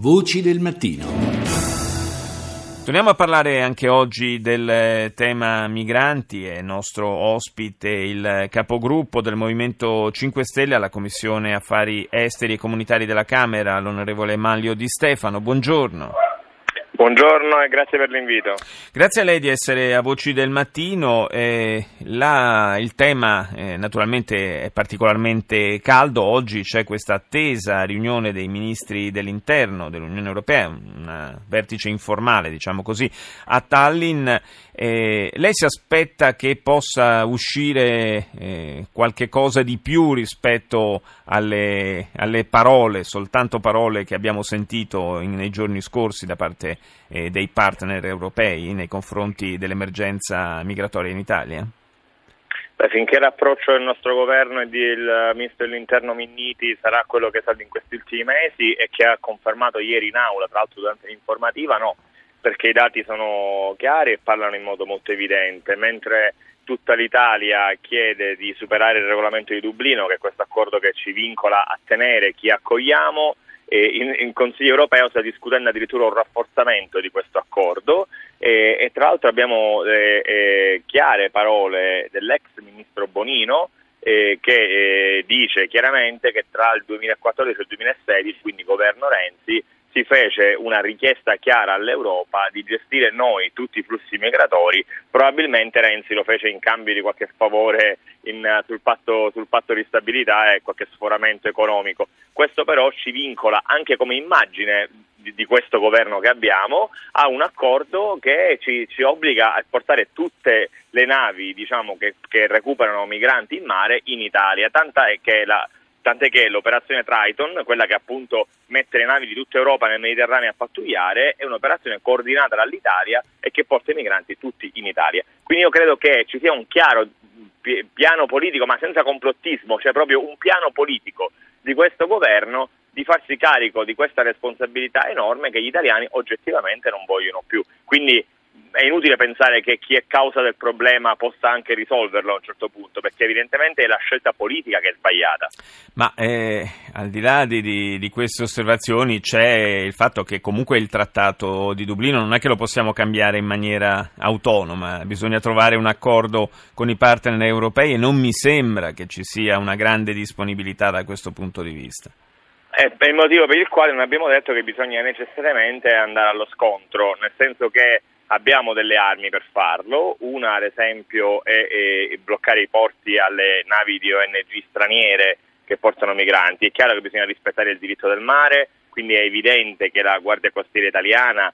Voci del mattino. Torniamo a parlare anche oggi del tema migranti. È nostro ospite il capogruppo del Movimento 5 Stelle alla Commissione Affari Esteri e Comunitari della Camera, l'onorevole Manlio Di Stefano. Buongiorno. Buongiorno e grazie per l'invito. Grazie a lei di essere a Voci del Mattino. Il tema naturalmente è particolarmente caldo. Oggi c'è questa attesa riunione dei ministri dell'interno dell'Unione Europea, un vertice informale, diciamo così, a Tallinn. Lei si aspetta che possa uscire qualche cosa di più rispetto alle parole, soltanto parole che abbiamo sentito nei giorni scorsi da parte dei partner europei nei confronti dell'emergenza migratoria in Italia? Finché l'approccio del nostro governo e del ministro dell'interno Minniti sarà quello che è stato in questi ultimi mesi e che ha confermato ieri in aula, tra l'altro durante l'informativa, no, perché i dati sono chiari e parlano in modo molto evidente. Mentre tutta l'Italia chiede di superare il regolamento di Dublino, che è questo accordo che ci vincola a tenere chi accogliamo, in Consiglio europeo sta discutendo addirittura un rafforzamento di questo accordo e tra l'altro abbiamo chiare parole dell'ex ministro Bonino che dice chiaramente che tra il 2014 e il 2016, quindi governo Renzi, si fece una richiesta chiara all'Europa di gestire noi tutti i flussi migratori. Probabilmente Renzi lo fece in cambio di qualche favore sul patto di stabilità e qualche sforamento economico. Questo però ci vincola anche come immagine di questo governo che abbiamo a un accordo che ci obbliga a portare tutte le navi, diciamo, che recuperano migranti in mare in Italia, tant'è che l'operazione Triton, quella che appunto mette le navi di tutta Europa nel Mediterraneo a pattugliare, è un'operazione coordinata dall'Italia e che porta i migranti tutti in Italia. Quindi io credo che ci sia un chiaro piano politico, ma senza complottismo, cioè proprio un piano politico di questo governo di farsi carico di questa responsabilità enorme che gli italiani oggettivamente non vogliono più. Quindi è inutile pensare che chi è causa del problema possa anche risolverlo a un certo punto, perché evidentemente è la scelta politica che è sbagliata. Ma al di là di queste osservazioni c'è il fatto che comunque il trattato di Dublino non è che lo possiamo cambiare in maniera autonoma, bisogna trovare un accordo con i partner europei e non mi sembra che ci sia una grande disponibilità da questo punto di vista. È il motivo per il quale non abbiamo detto che bisogna necessariamente andare allo scontro, nel senso che abbiamo delle armi per farlo. Una, ad esempio, è bloccare i porti alle navi di ONG straniere che portano migranti. È chiaro che bisogna rispettare il diritto del mare, quindi è evidente che la Guardia Costiera italiana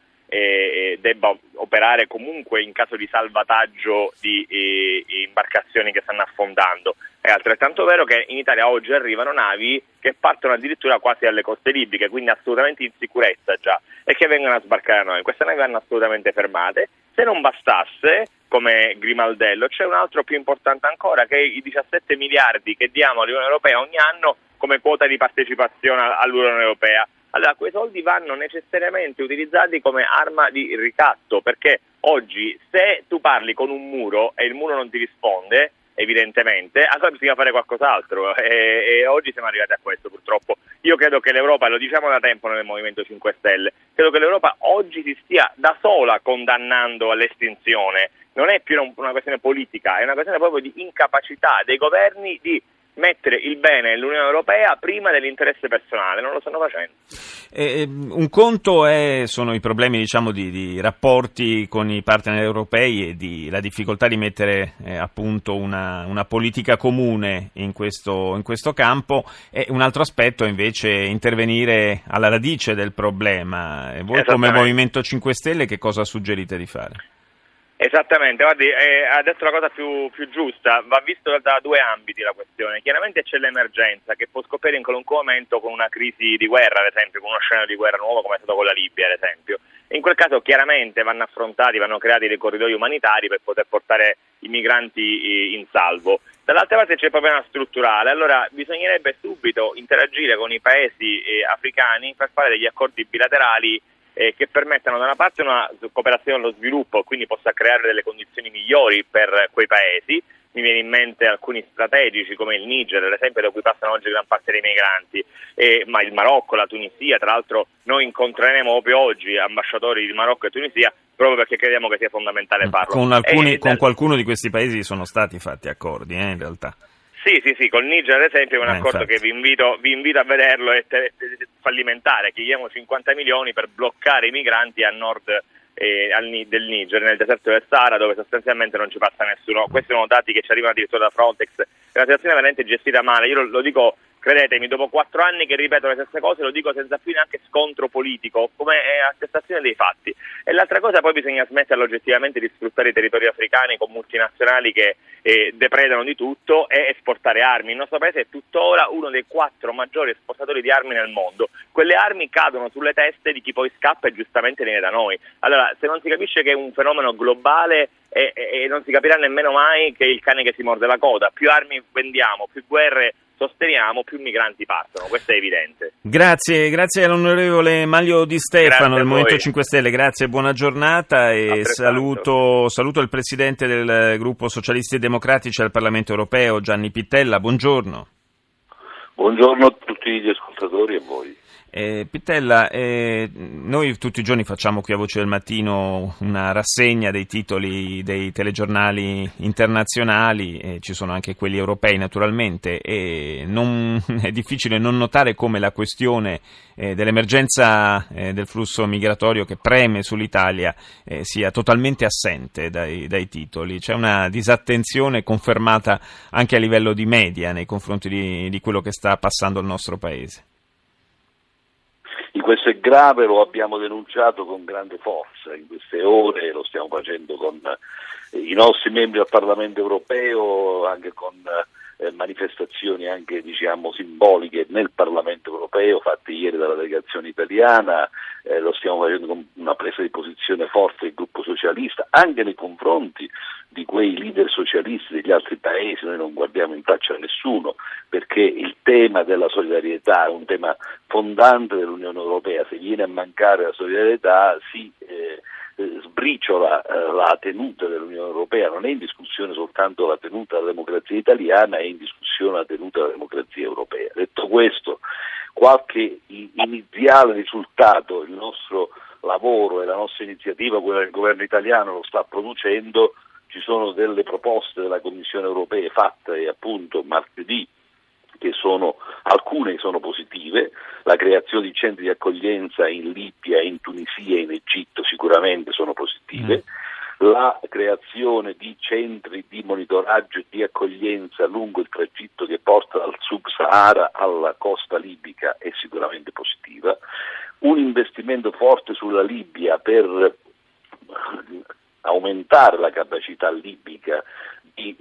debba operare comunque in caso di salvataggio di imbarcazioni che stanno affondando. È altrettanto vero che in Italia oggi arrivano navi che partono addirittura quasi alle coste libiche, quindi assolutamente in sicurezza già, e che vengono a sbarcare a noi. Queste navi vanno assolutamente fermate. Se non bastasse, come Grimaldello, c'è un altro più importante ancora, che è i 17 miliardi che diamo all'Unione Europea ogni anno come quota di partecipazione all'Unione Europea. Allora, quei soldi vanno necessariamente utilizzati come arma di ricatto, perché oggi se tu parli con un muro e il muro non ti risponde, evidentemente, allora bisogna fare qualcos'altro e oggi siamo arrivati a questo purtroppo. Io credo che l'Europa, lo diciamo da tempo nel Movimento 5 Stelle, credo che l'Europa oggi si stia da sola condannando all'estinzione. Non è più una questione politica, è una questione proprio di incapacità dei governi di mettere il bene dell'Unione Europea prima dell'interesse personale, non lo stanno facendo. Un conto sono i problemi, diciamo, di rapporti con i partner europei e la difficoltà di mettere appunto una politica comune in questo campo, e un altro aspetto è invece intervenire alla radice del problema. E voi come Movimento 5 Stelle che cosa suggerite di fare? Esattamente, guardi, ha detto la cosa più giusta, va visto da due ambiti la questione. Chiaramente c'è l'emergenza che può scoppiare in qualunque momento con una crisi di guerra, ad esempio, con uno scenario di guerra nuovo come è stato con la Libia, ad esempio. In quel caso chiaramente vanno creati dei corridoi umanitari per poter portare i migranti in salvo. Dall'altra parte c'è il problema strutturale, allora bisognerebbe subito interagire con i paesi africani per fare degli accordi bilaterali che permettano da una parte una cooperazione allo sviluppo, quindi possa creare delle condizioni migliori per quei paesi. Mi viene in mente alcuni strategici come il Niger, ad esempio, da cui passano oggi gran parte dei migranti, ma il Marocco, la Tunisia. Tra l'altro noi incontreremo proprio oggi ambasciatori di Marocco e Tunisia, proprio perché crediamo che sia fondamentale farlo. Con qualcuno di questi paesi sono stati fatti accordi, in realtà. Sì, col Niger ad esempio è un accordo infatti. che vi invito a vederlo, è fallimentare. Chiediamo 50 milioni per bloccare i migranti a nord del Niger, nel deserto del Sahara, dove sostanzialmente non ci passa nessuno. Questi sono dati che ci arrivano addirittura da Frontex. È una situazione veramente gestita male. Io lo dico, credetemi, dopo 4 anni che ripeto le stesse cose, lo dico senza fine anche scontro politico, come attestazione dei fatti. E l'altra cosa, poi bisogna smetterla oggettivamente di sfruttare i territori africani con multinazionali che depredano di tutto e esportare armi. Il nostro paese è tuttora uno dei 4 maggiori esportatori di armi nel mondo. Quelle armi cadono sulle teste di chi poi scappa e giustamente viene da noi. Allora, se non si capisce che è un fenomeno globale e non si capirà nemmeno mai che è il cane che si morde la coda. Più armi vendiamo, più guerre sosteniamo, più migranti partono, questo è evidente. Grazie all'onorevole Manlio Di Stefano del Movimento 5 Stelle, grazie, buona giornata e saluto il presidente del gruppo Socialisti e Democratici al Parlamento Europeo, Gianni Pittella, buongiorno. Buongiorno a tutti gli ascoltatori e a voi. Pittella, noi tutti i giorni facciamo qui a Voce del Mattino una rassegna dei titoli dei telegiornali internazionali, ci sono anche quelli europei naturalmente, e è difficile non notare come la questione dell'emergenza del flusso migratorio che preme sull'Italia sia totalmente assente dai titoli. C'è una disattenzione confermata anche a livello di media nei confronti di quello che sta passando il nostro Paese. Questo è grave, lo abbiamo denunciato con grande forza in queste ore, lo stiamo facendo con i nostri membri al Parlamento Europeo, anche con manifestazioni anche simboliche nel Parlamento Europeo fatte ieri dalla delegazione italiana, lo stiamo facendo con una presa di posizione forte del gruppo socialista anche nei confronti di quei leader socialisti degli altri paesi. Noi non guardiamo in faccia a nessuno, perché il tema della solidarietà è un tema fondante dell'Unione Europea. Se viene a mancare la solidarietà si sbriciola la tenuta dell'Unione Europea. Non è in discussione soltanto la tenuta della democrazia italiana, è in discussione la tenuta della democrazia europea. Detto questo, qualche iniziale risultato il nostro lavoro e la nostra iniziativa, quella del governo italiano, lo sta producendo. Ci sono delle proposte della Commissione europea fatte appunto martedì, alcune sono positive, la creazione di centri di accoglienza in Libia, in Tunisia e in Egitto sicuramente sono positive, la creazione di centri di monitoraggio e di accoglienza lungo il tragitto che porta dal Sub-Sahara alla costa libica è sicuramente positiva, un investimento forte sulla Libia per aumentare la capacità libica di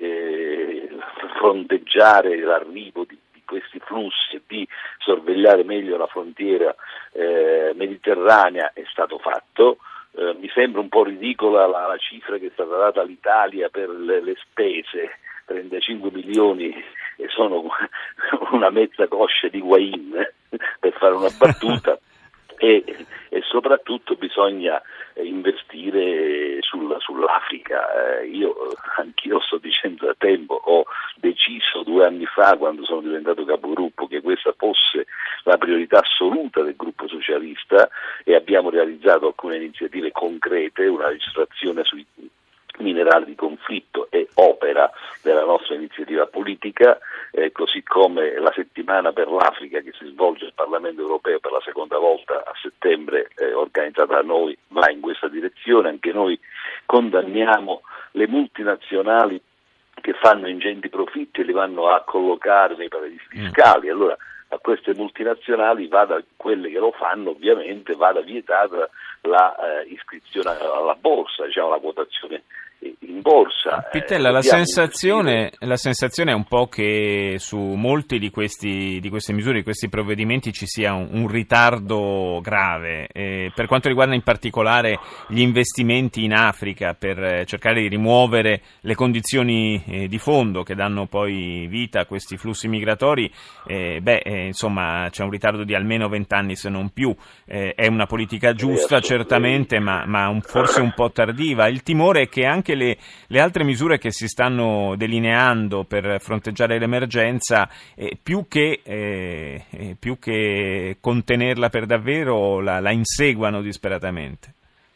fronteggiare l'arrivo di questi flussi e di sorvegliare meglio la frontiera mediterranea è stato fatto. Mi sembra un po' ridicola la cifra che è stata data all'Italia per le spese, 35 milioni e sono una mezza coscia di Higuaín, per fare una battuta. E soprattutto bisogna investire sull'Africa. Anch'io lo sto dicendo da tempo, ho deciso 2 anni fa, quando sono diventato capogruppo, che questa fosse la priorità assoluta del gruppo socialista e abbiamo realizzato alcune iniziative concrete, una legislazione sui minerali di conflitto e opera della nostra iniziativa politica, così come la settimana per l'Africa che si svolge al Parlamento Europeo per la seconda volta a settembre, organizzata da noi, va in questa direzione. Anche noi condanniamo le multinazionali che fanno ingenti profitti e li vanno a collocare nei paradisi fiscali. Allora a queste multinazionali, quelle che lo fanno ovviamente, vada vietata la iscrizione alla borsa, la quotazione in borsa. Pittella, la sensazione è un po' che su molti di queste misure, di questi provvedimenti ci sia un ritardo grave, per quanto riguarda in particolare gli investimenti in Africa per cercare di rimuovere le condizioni di fondo che danno poi vita a questi flussi migratori. Insomma, c'è un ritardo di almeno 20 anni se non più. È una politica giusta certamente, ma forse un po' tardiva. Il timore è che anche le altre misure che si stanno delineando per fronteggiare l'emergenza, più che contenerla per davvero, la inseguano disperatamente.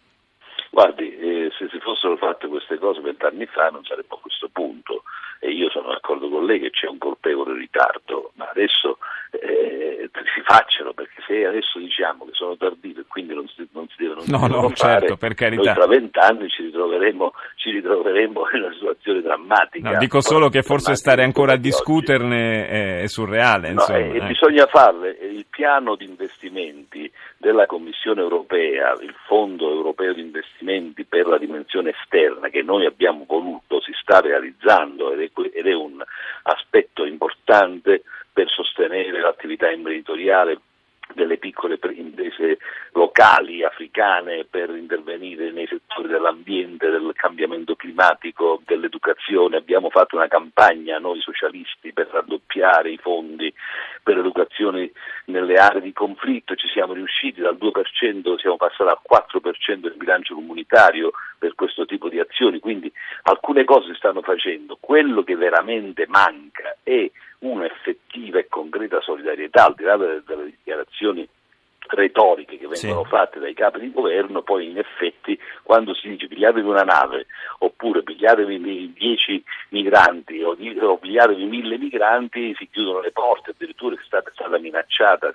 Guardi, se si fossero fatte queste cose 20 anni fa non saremmo a questo punto, e io sono d'accordo con lei che c'è un colpevole ritardo, ma adesso si facciano, perché se adesso diciamo che sono tardive e quindi non si devono fare, certo, per carità. Noi tra 20 anni ci ritroveremo in una situazione drammatica. No, dico solo che forse stare ancora a discuterne è surreale. Insomma, bisogna fare il piano di investimenti della Commissione europea, il Fondo europeo di investimenti per la dimensione esterna che noi abbiamo voluto, si sta realizzando ed è un aspetto importante per sostenere l'attività imprenditoriale delle piccole imprese locali africane, per intervenire nei settori dell'ambiente, del cambiamento climatico, dell'educazione. Abbiamo fatto una campagna, noi socialisti, per raddoppiare i fondi per l'educazione nelle aree di conflitto. Ci siamo riusciti, dal 2% siamo passati al 4% del bilancio comunitario per questo tipo di azioni, quindi alcune cose si stanno facendo. Quello che veramente manca è un'effettiva e concreta solidarietà, al di là delle dichiarazioni retoriche che vengono fatte dai capi di governo. Poi in effetti quando si dice pigliatevi una nave oppure pigliatevi 10 migranti o pigliatevi 1000 migranti, si chiudono le porte, addirittura è stata minacciata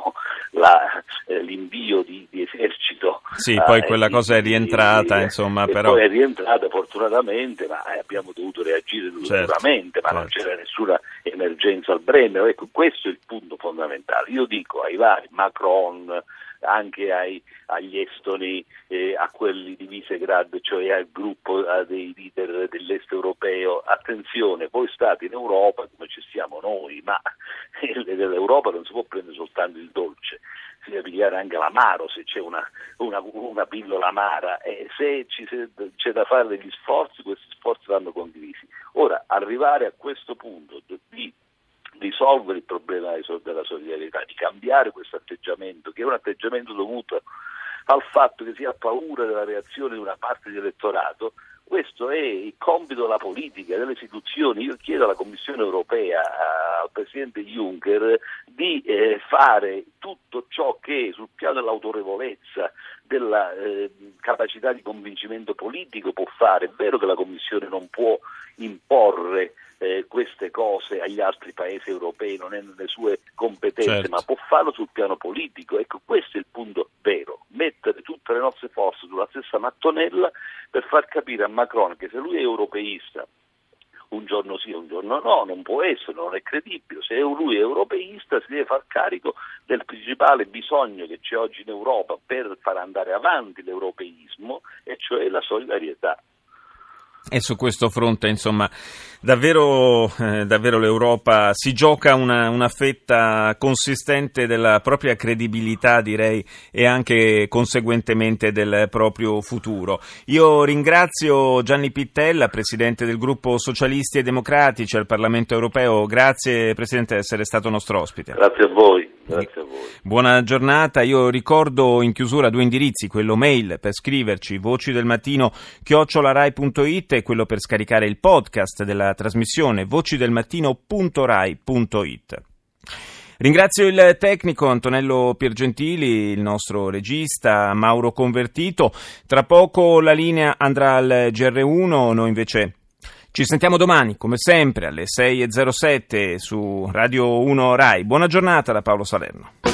l'invio di esercito. Sì, poi quella cosa è rientrata, insomma, però poi è rientrata fortunatamente, ma abbiamo dovuto reagire duramente, ma non c'era nessuna emergenza al Brennero. Ecco, questo è il punto fondamentale. Io dico ai vari Macron, anche agli estoni, a quelli di Visegrad, cioè al gruppo dei leader dell'est europeo: attenzione, voi state in Europa come ci siamo noi, ma dell'Europa non si può prendere soltanto il dolce, si deve pigliare anche l'amaro se c'è una pillola amara, e se c'è da fare degli sforzi, questi sforzi vanno condivisi. Ora, arrivare a questo punto di risolvere il problema della solidarietà, di cambiare questo atteggiamento, che è un atteggiamento dovuto al fatto che si ha paura della reazione di una parte di elettorato. Questo è il compito della politica, delle istituzioni. Io chiedo alla Commissione europea, al Presidente Juncker, di fare tutto ciò che sul piano dell'autorevolezza, della capacità di convincimento politico può fare. È vero che la Commissione non può imporre queste cose agli altri paesi europei, non è nelle sue competenze, certo, ma può farlo sul piano politico. Ecco, questo è il punto vero: mettere tutte le nostre forze sulla stessa mattonella per far capire a Macron che se lui è europeista, un giorno sì, un giorno no, non può essere, non è credibile. Se lui è europeista, si deve far carico del principale bisogno che c'è oggi in Europa per far andare avanti l'europeismo, e cioè la solidarietà. E su questo fronte, insomma, davvero l'Europa si gioca una fetta consistente della propria credibilità, direi, e anche conseguentemente del proprio futuro. Io ringrazio Gianni Pittella, presidente del gruppo Socialisti e Democratici al Parlamento Europeo. Grazie, Presidente, di essere stato nostro ospite. Grazie a voi. Grazie a voi. Buona giornata. Io ricordo in chiusura 2 indirizzi: quello mail per scriverci, vocidelmattino@rai.it, e quello per scaricare il podcast della trasmissione, vocidelmattino.rai.it. Ringrazio il tecnico Antonello Piergentili, il nostro regista Mauro Convertito. Tra poco la linea andrà al GR1, noi invece ci sentiamo domani, come sempre, alle 6:07 su Radio 1 Rai. Buona giornata da Paolo Salerno.